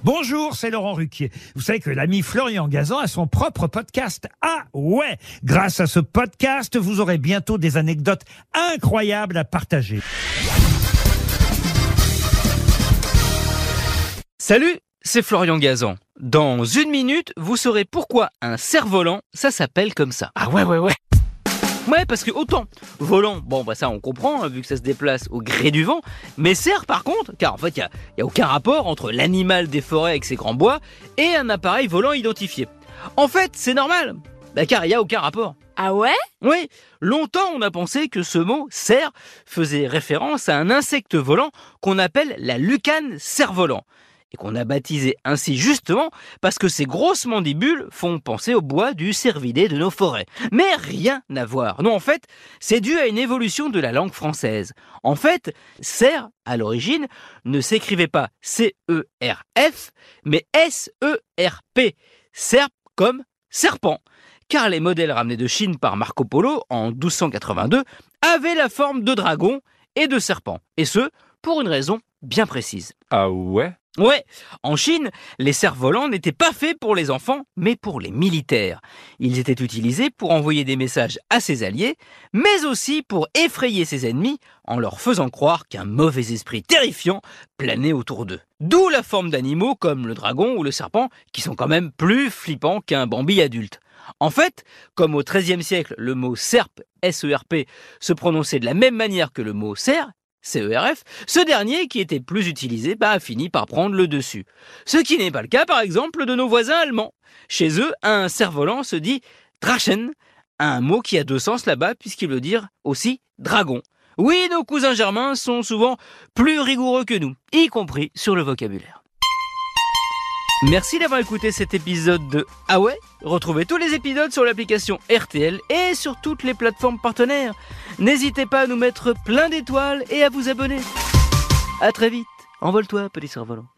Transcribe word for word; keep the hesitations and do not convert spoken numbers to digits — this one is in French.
Bonjour, c'est Laurent Ruquier. Vous savez que l'ami Florian Gazan a son propre podcast. Ah ouais! Grâce à ce podcast, vous aurez bientôt des anecdotes incroyables à partager. Salut, c'est Florian Gazan. Dans une minute, vous saurez pourquoi un cerf-volant, ça s'appelle comme ça. Ah ouais, ouais, ouais. Ouais, parce que autant volant, bon bah ça on comprend, hein, vu que ça se déplace au gré du vent, mais cerf par contre, car en fait il n'y a, y a aucun rapport entre l'animal des forêts avec ses grands bois et un appareil volant identifié. En fait, c'est normal, bah, car il n'y a aucun rapport. Ah ouais? Oui, longtemps on a pensé que ce mot cerf faisait référence à un insecte volant qu'on appelle la lucane cerf-volant. Et qu'on a baptisé ainsi justement parce que ces grosses mandibules font penser au bois du cervidé de nos forêts. Mais rien à voir. Non, en fait, c'est dû à une évolution de la langue française. En fait, cerf, à l'origine, ne s'écrivait pas C E R F, mais S E R P. Serp comme serpent. Car les modèles ramenés de Chine par Marco Polo en douze cent quatre-vingt-deux avaient la forme de dragon et de serpent. Et ce, pour une raison bien précise. Ah ouais? Ouais, en Chine, les cerfs-volants n'étaient pas faits pour les enfants, mais pour les militaires. Ils étaient utilisés pour envoyer des messages à ses alliés, mais aussi pour effrayer ses ennemis en leur faisant croire qu'un mauvais esprit terrifiant planait autour d'eux. D'où la forme d'animaux comme le dragon ou le serpent, qui sont quand même plus flippants qu'un Bambi adulte. En fait, comme au treizième siècle, le mot serp, S E R P, se prononçait de la même manière que le mot cerf, C E R F, ce dernier, qui était plus utilisé, bah, a fini par prendre le dessus. Ce qui n'est pas le cas, par exemple, de nos voisins allemands. Chez eux, un cerf-volant se dit Drachen, un mot qui a deux sens là-bas, puisqu'il veut dire aussi dragon. Oui, nos cousins germains sont souvent plus rigoureux que nous, y compris sur le vocabulaire. Merci d'avoir écouté cet épisode de Ah ouais? Retrouvez tous les épisodes sur l'application R T L et sur toutes les plateformes partenaires. N'hésitez pas à nous mettre plein d'étoiles et à vous abonner. À très vite. Envole-toi, petit cerf-volant.